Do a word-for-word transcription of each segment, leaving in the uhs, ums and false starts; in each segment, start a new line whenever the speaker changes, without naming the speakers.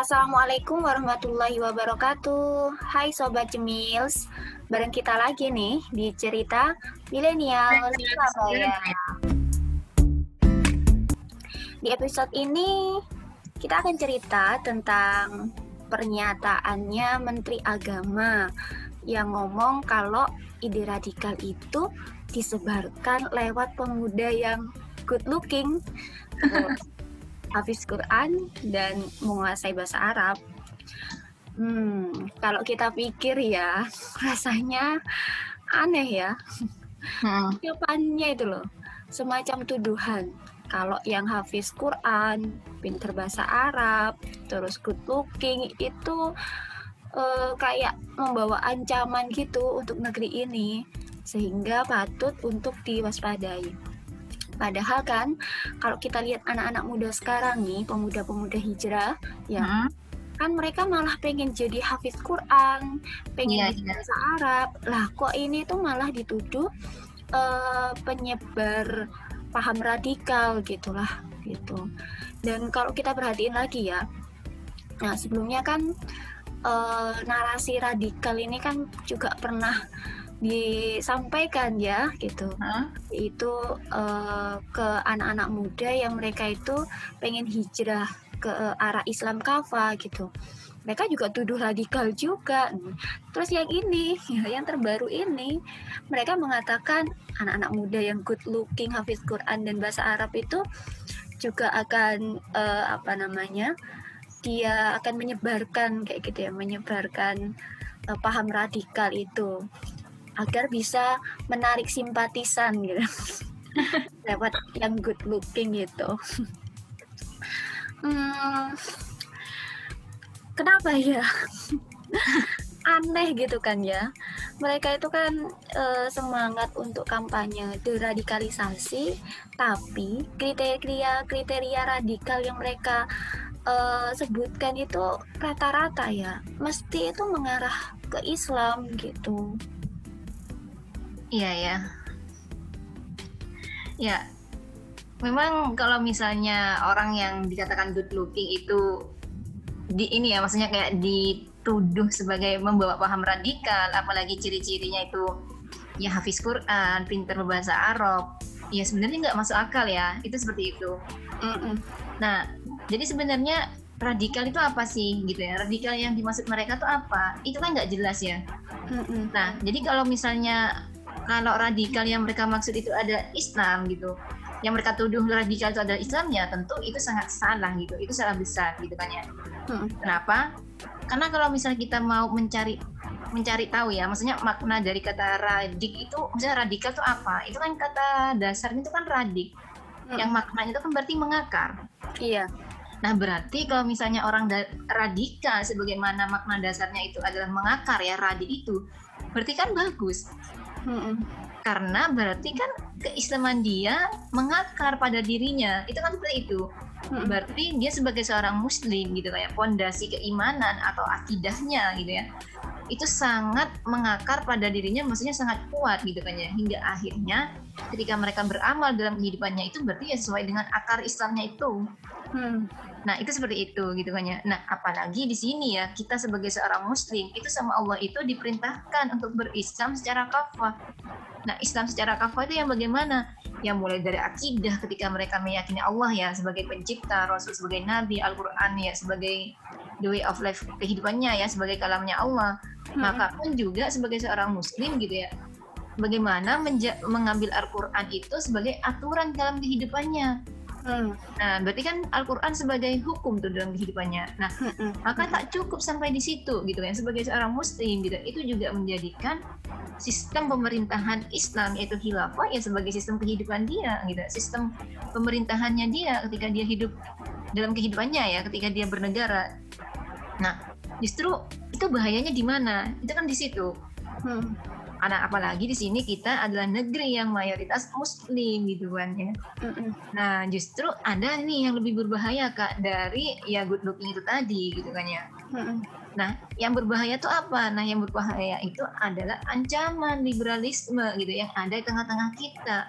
Assalamualaikum warahmatullahi wabarakatuh. Hai Sobat Cemils, bareng kita lagi nih di cerita Milenial Surabaya. Di episode ini kita akan cerita tentang pernyataannya Menteri Agama yang ngomong kalau ide radikal itu disebarkan lewat pemuda yang good looking, hafiz Quran dan menguasai bahasa Arab. Hmm, kalau kita pikir ya, rasanya aneh ya. Hmm. Jawabannya itu loh, semacam tuduhan. Kalau yang hafiz Quran, pinter bahasa Arab, terus good looking itu uh, kayak membawa ancaman gitu untuk negeri ini, sehingga patut untuk diwaspadai. Padahal kan kalau kita lihat anak-anak muda sekarang nih, pemuda-pemuda hijrah ya, hmm. kan mereka malah pengen jadi hafiz Quran, pengen yeah, jadi bahasa yeah. Arab. Lah kok ini tuh malah dituduh uh, penyebar paham radikal gitulah gitu. Dan kalau kita perhatiin lagi ya, nah sebelumnya kan uh, narasi radikal ini kan juga pernah disampaikan ya gitu, huh? Itu uh, ke anak-anak muda yang mereka itu pengen hijrah ke uh, arah Islam kafah gitu. Mereka juga tuduh radikal juga. Terus yang ini, yang terbaru ini, mereka mengatakan anak-anak muda yang good looking, hafiz Quran dan bahasa Arab itu juga akan uh, apa namanya? Dia akan menyebarkan kayak gitu ya, menyebarkan uh, paham radikal itu agar bisa menarik simpatisan gitu lewat yang good looking gitu. Hmm, kenapa ya? Aneh gitu kan ya. Mereka itu kan e, semangat untuk kampanye deradikalisasi, tapi kriteria kriteria radikal yang mereka e, sebutkan itu rata-rata ya, mesti itu mengarah ke Islam gitu.
Iya ya, ya. Memang kalau misalnya orang yang dikatakan good looking itu di ini ya, maksudnya kayak dituduh sebagai membawa paham radikal, apalagi ciri-cirinya itu ya hafiz Quran, pintar berbahasa Arab, ya sebenarnya nggak masuk akal ya, itu seperti itu. Mm-mm. Nah, jadi sebenarnya radikal itu apa sih gitu ya? Radikal yang dimaksud mereka tuh apa? Itu kan nggak jelas ya. Mm-mm. Nah, jadi kalau misalnya kalau radikal yang mereka maksud itu ada Islam gitu, yang mereka tuduh radikal itu adalah Islam, ya tentu itu sangat salah gitu, itu salah besar gitu kan ya. Hmm. Kenapa? Karena kalau misalnya kita mau mencari mencari tahu ya, maksudnya makna dari kata radik itu, maksudnya radikal itu apa? Itu kan kata dasarnya itu kan radik, hmm. yang maknanya itu kan berarti mengakar.
Iya.
Nah berarti kalau misalnya orang da- radikal sebagaimana makna dasarnya itu adalah mengakar ya, radik itu, berarti kan bagus. Hmm. Karena berarti kan keislaman dia mengakar pada dirinya, itu kan seperti itu. Hmm. Berarti dia sebagai seorang muslim gitu kayak pondasi keimanan atau akidahnya gitu ya, itu sangat mengakar pada dirinya, maksudnya sangat kuat gitu kan ya, hingga akhirnya ketika mereka beramal dalam kehidupannya itu berarti ya sesuai dengan akar Islamnya itu. Hmm. Nah itu seperti itu gitu kan ya. Nah apalagi di sini ya, kita sebagai seorang muslim itu sama Allah itu diperintahkan untuk berislam secara kafah. Nah Islam secara kafah itu yang bagaimana? Yang mulai dari akidah ketika mereka meyakini Allah ya sebagai pencipta, Rasul sebagai Nabi, Al-Quran ya sebagai the way of life kehidupannya ya, sebagai kalamnya Allah. Hmm. Maka pun juga sebagai seorang muslim gitu ya, bagaimana menja- mengambil Al-Quran itu sebagai aturan dalam kehidupannya. Hmm. Nah, berarti kan Al-Quran sebagai hukum tuh dalam kehidupannya. Nah, hmm. maka tak cukup sampai di situ gitu ya. Sebagai seorang muslim gitu, itu juga menjadikan sistem pemerintahan Islam yaitu khilafah ya sebagai sistem kehidupan dia gitu. Sistem pemerintahannya dia ketika dia hidup dalam kehidupannya ya, ketika dia bernegara. Nah, justru itu bahayanya di mana? Itu kan di situ. Hmm. Karena apalagi di sini kita adalah negeri yang mayoritas muslim gitu kan ya. Mm-mm. Nah justru ada nih yang lebih berbahaya Kak dari ya good looking itu tadi gitu kan ya. Mm-mm. Nah yang berbahaya itu apa? Nah yang berbahaya itu adalah ancaman liberalisme gitu yang ada di tengah-tengah kita.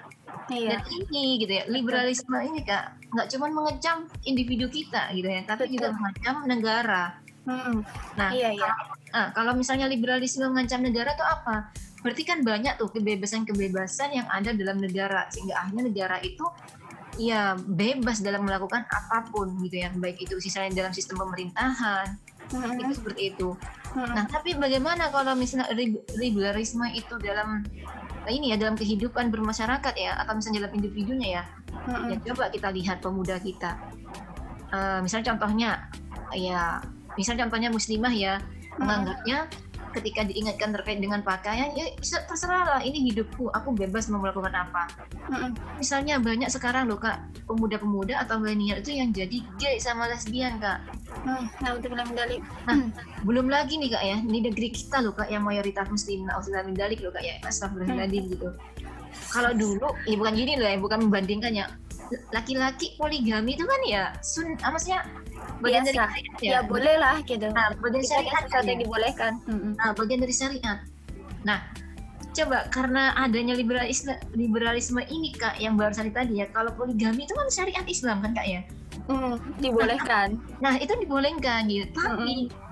Dan ini gitu ya, liberalisme ini Kak, nggak cuma mengecam individu kita gitu ya, tapi Betul. juga mengancam negara.
Hmm.
Nah,
iya, iya.
Kalau, nah, kalau misalnya liberalisme mengancam negara itu apa? Berarti kan banyak tuh kebebasan-kebebasan yang ada dalam negara, sehingga akhirnya negara itu ya bebas dalam melakukan apapun gitu ya, baik itu misalnya dalam sistem pemerintahan, hmm. itu seperti itu. Hmm. Nah, tapi bagaimana kalau misalnya liberalisme itu dalam ini ya dalam kehidupan bermasyarakat ya, atau misalnya dalam individunya ya, hmm. ya coba kita lihat pemuda kita. Uh, misalnya contohnya, ya, misalnya contohnya muslimah ya, hmm. menganggapnya ketika diingatkan terkait dengan pakaian, ya terserah lah, ini hidupku, aku bebas mau melakukan apa. Hmm. Misalnya banyak sekarang loh Kak, pemuda-pemuda atau milenial itu yang jadi gay sama lesbian Kak.
Hmm, nah,
nah belum lagi nih Kak ya, di negeri kita loh Kak yang mayoritas muslim, nauzubillah min dzalik loh Kak ya, astagfirullahaladzim gitu. Kalau dulu, ya bukan gini loh ya, bukan membandingkan ya, laki-laki poligami itu kan ya sun, maksudnya bagian
Biasa.
dari syariat ya.
Ya boleh lah gitu.
Nah, bagian syariat
kan
ya.
yang dibolehkan. Hmm.
Nah, bagian dari syariat. Nah, coba karena adanya liberalisme liberalisme ini Kak yang barusan tadi ya, kalau poligami itu kan syariat Islam kan Kak ya.
Hmm, dibolehkan.
Nah, nah itu dibolehkan gitu. Tapi mm-hmm.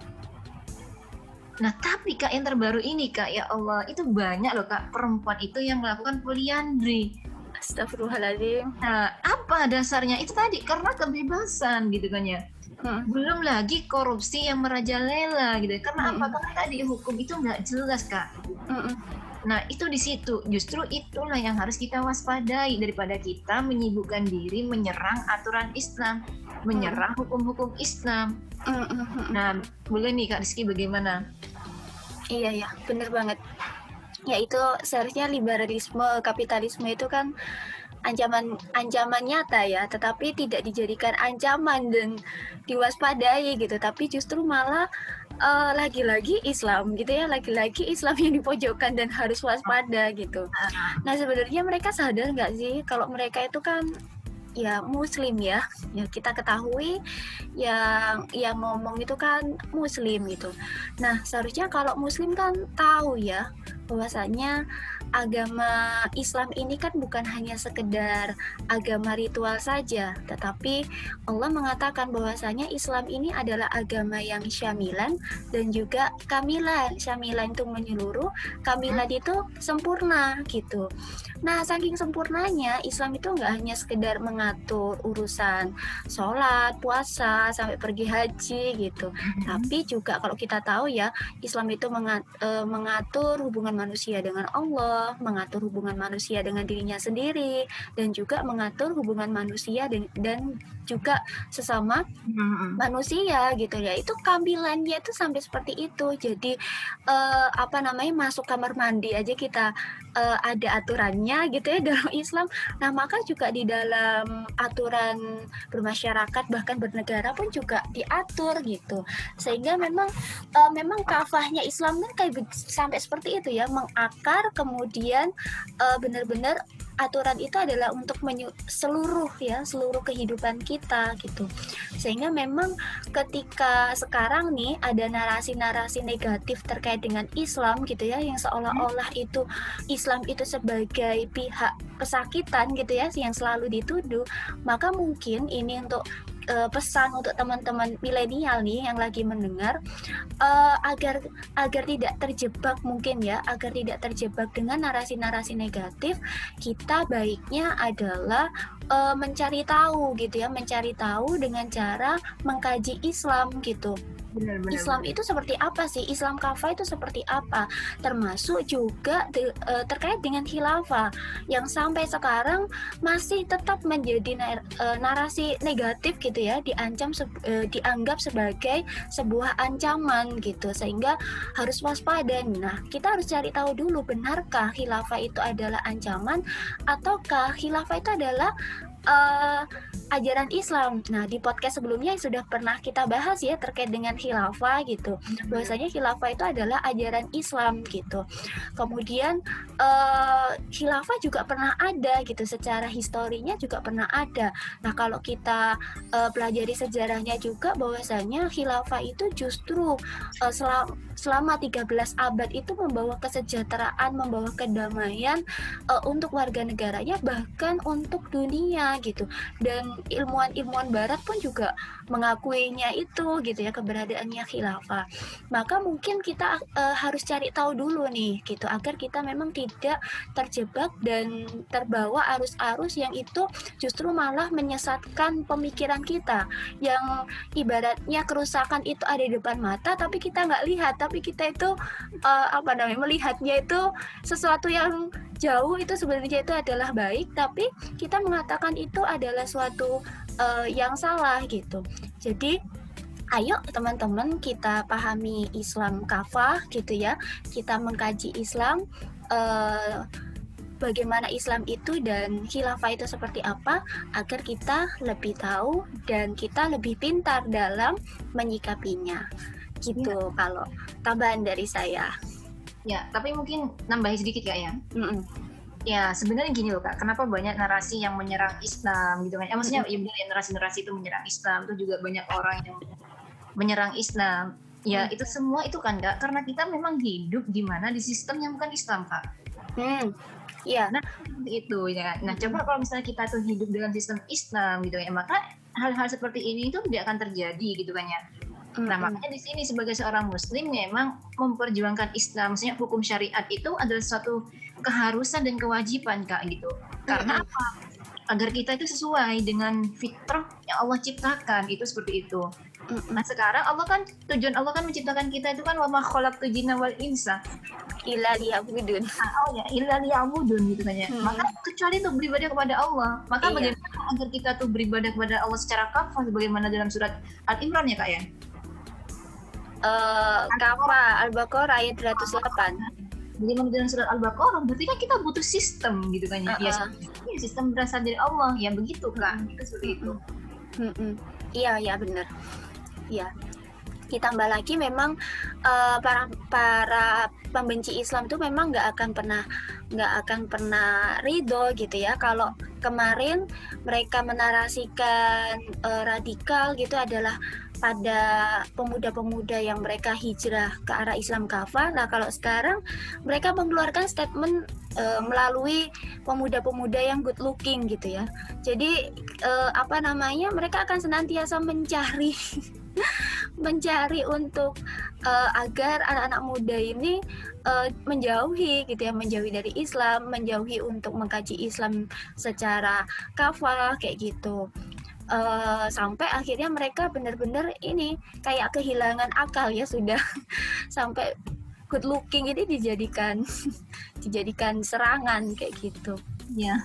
Nah, tapi Kak yang terbaru ini Kak, ya Allah, itu banyak loh Kak perempuan itu yang melakukan poliandri.
Astagfirullahaladzim.
Nah, apa dasarnya? Itu tadi karena kebebasan gitu kan ya. Hmm. Belum lagi korupsi yang merajalela gitu. Karena hmm. apa? Karena tadi hukum itu nggak jelas Kak. Hmm. Nah, itu di situ. Justru itulah yang harus kita waspadai daripada kita menyibukkan diri menyerang aturan Islam, menyerang hmm. hukum-hukum Islam. Hmm. Nah, boleh nih Kak Rizky bagaimana?
Iya ya, benar banget. Ya itu seharusnya liberalisme, kapitalisme itu kan ancaman ancaman nyata ya, tetapi tidak dijadikan ancaman dan diwaspadai gitu, tapi justru malah uh, lagi-lagi Islam gitu ya, lagi-lagi Islam yang dipojokkan dan harus waspada gitu. Nah sebenarnya mereka sadar nggak sih kalau mereka itu kan ya muslim ya, ya kita ketahui yang yang ngomong itu kan muslim gitu. Nah seharusnya kalau muslim kan tahu ya bahwasanya agama Islam ini kan bukan hanya sekedar agama ritual saja, tetapi Allah mengatakan bahwasanya Islam ini adalah agama yang syamilan dan juga kamilan. Syamilan itu menyeluruh, kamilan itu sempurna gitu. Nah, saking sempurnanya Islam itu nggak hanya sekedar mengatur urusan sholat, puasa, sampai pergi haji gitu, tapi juga kalau kita tahu ya, Islam itu mengat, e, mengatur hubungan manusia dengan Allah, mengatur hubungan manusia dengan dirinya sendiri, dan juga mengatur hubungan manusia dan, dan juga sesama mm-hmm. manusia gitu ya. Itu kamilannya itu sampai seperti itu. Jadi uh, apa namanya masuk kamar mandi aja kita uh, ada aturannya gitu ya dalam Islam. Nah maka juga di dalam aturan bermasyarakat bahkan bernegara pun juga diatur gitu. Sehingga memang uh, memang kafahnya Islam kan kayak sampai seperti itu ya, mengakar kemudian uh, benar-benar aturan itu adalah untuk menyu- seluruh ya seluruh kehidupan kita gitu. Sehingga memang ketika sekarang nih ada narasi-narasi negatif terkait dengan Islam gitu ya, yang seolah-olah itu Islam itu sebagai pihak pesakitan gitu ya yang selalu dituduh, maka mungkin ini untuk uh, pesan untuk teman-teman milenial nih yang lagi mendengar uh, agar agar tidak terjebak mungkin ya agar tidak terjebak dengan narasi-narasi negatif, kita baiknya adalah uh, mencari tahu gitu ya mencari tahu dengan cara mengkaji Islam gitu.
Benar, benar,
Islam
benar.
itu seperti apa sih? Islam kafah itu seperti apa? Termasuk juga de, uh, terkait dengan khilafah yang sampai sekarang masih tetap menjadi nar, uh, narasi negatif gitu ya, diancam se, uh, dianggap sebagai sebuah ancaman gitu, sehingga harus waspada. Nah, kita harus cari tahu dulu, benarkah khilafah itu adalah ancaman ataukah khilafah itu adalah uh, ajaran Islam. Nah, di podcast sebelumnya sudah pernah kita bahas ya terkait dengan khilafah gitu. Bahwasanya khilafah itu adalah ajaran Islam gitu. Kemudian uh, khilafah juga pernah ada gitu, secara historinya juga pernah ada. Nah, kalau kita uh, pelajari sejarahnya juga bahwasanya khilafah itu justru uh, selama selama tiga belas abad itu membawa kesejahteraan, membawa kedamaian uh, untuk warga negaranya, bahkan untuk dunia gitu. Dan ilmuwan-ilmuwan barat pun juga mengakuinya itu gitu ya, keberadaannya khilafah. Maka mungkin kita uh, harus cari tahu dulu nih gitu, agar kita memang tidak terjebak dan terbawa arus-arus yang itu justru malah menyesatkan pemikiran kita, yang ibaratnya kerusakan itu ada di depan mata tapi kita nggak lihat, tapi kita itu uh, apa namanya melihatnya itu sesuatu yang jauh, itu sebenarnya itu adalah baik, tapi kita mengatakan itu adalah suatu uh, yang salah gitu. Jadi ayo teman-teman kita pahami Islam kafah gitu ya, kita mengkaji Islam, uh, bagaimana Islam itu dan khilafah itu seperti apa, agar kita lebih tahu dan kita lebih pintar dalam menyikapinya gitu ya. Kalau tambahan dari saya
ya, tapi mungkin nambahin sedikit Kak ya.
Mm-mm.
Ya sebenarnya gini loh Kak, kenapa banyak narasi yang menyerang Islam gitu kan ya, maksudnya mm-hmm. ya benar ya, narasi-narasi itu menyerang Islam, itu juga banyak orang yang menyerang Islam ya. mm. Itu semua itu kan Kak, karena kita memang hidup di mana di sistem yang bukan Islam Kak.
Hmm. Iya.
Nah itu ya. Nah coba kalau misalnya kita tuh hidup dalam sistem Islam gitu ya, maka hal-hal seperti ini itu tidak akan terjadi gitu kan ya. Nah makanya di sini sebagai seorang Muslim memang memperjuangkan Islam, maksudnya hukum syariat itu adalah suatu keharusan dan kewajiban Kak gitu. Karena apa? Agar kita itu sesuai dengan fitrah yang Allah ciptakan, itu seperti itu. Nah sekarang Allah kan, tujuan Allah kan menciptakan kita itu kan wa ma khalaqtul jinna wal insa
illa liya'budun.
Oh ya, illa liya'budun gitu kan ya. Hmm. Maka kecuali untuk beribadah kepada Allah. Maka iya. Bagaimana agar kita tuh beribadah kepada Allah secara kafah, sebagaimana dalam surat Al-Imran ya Kak ya?
Uh, Kafah Al-Baqarah ayat seratus delapan.
Bagaimana dalam surat Al-Baqarah, berarti kan kita butuh sistem gitu kan ya. Uh-uh. Ya sistem berasal dari Allah, ya begitu kan. Itu seperti itu.
Mm-mm. Iya, ya benar. Iya. Ditambah lagi memang uh, para para pembenci Islam itu memang nggak akan pernah nggak akan pernah ridho gitu ya, kalau kemarin mereka menarasikan uh, radikal gitu adalah pada pemuda-pemuda yang mereka hijrah ke arah Islam kafah. Nah kalau sekarang mereka mengeluarkan statement uh, melalui pemuda-pemuda yang good looking gitu ya. Jadi uh, apa namanya mereka akan senantiasa mencari mencari untuk uh, agar anak-anak muda ini uh, menjauhi gitu ya, menjauhi dari Islam, menjauhi untuk mengkaji Islam secara kafah kayak gitu. Uh, sampai akhirnya mereka benar-benar ini kayak kehilangan akal ya sudah sampai good looking ini dijadikan dijadikan serangan kayak gitu ya.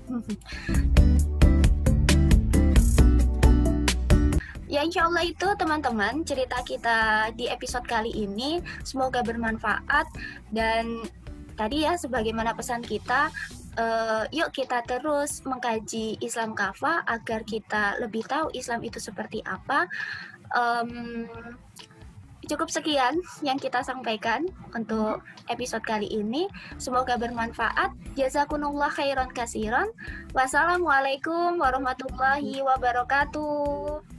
Ya insya Allah itu teman-teman cerita kita di episode kali ini, semoga bermanfaat. Dan tadi ya sebagaimana pesan kita, Uh, yuk kita terus mengkaji Islam kafah agar kita lebih tahu Islam itu seperti apa. Um, cukup sekian yang kita sampaikan untuk episode kali ini. Semoga bermanfaat. Jazakumullah khairan kasiran. Wassalamualaikum warahmatullahi wabarakatuh.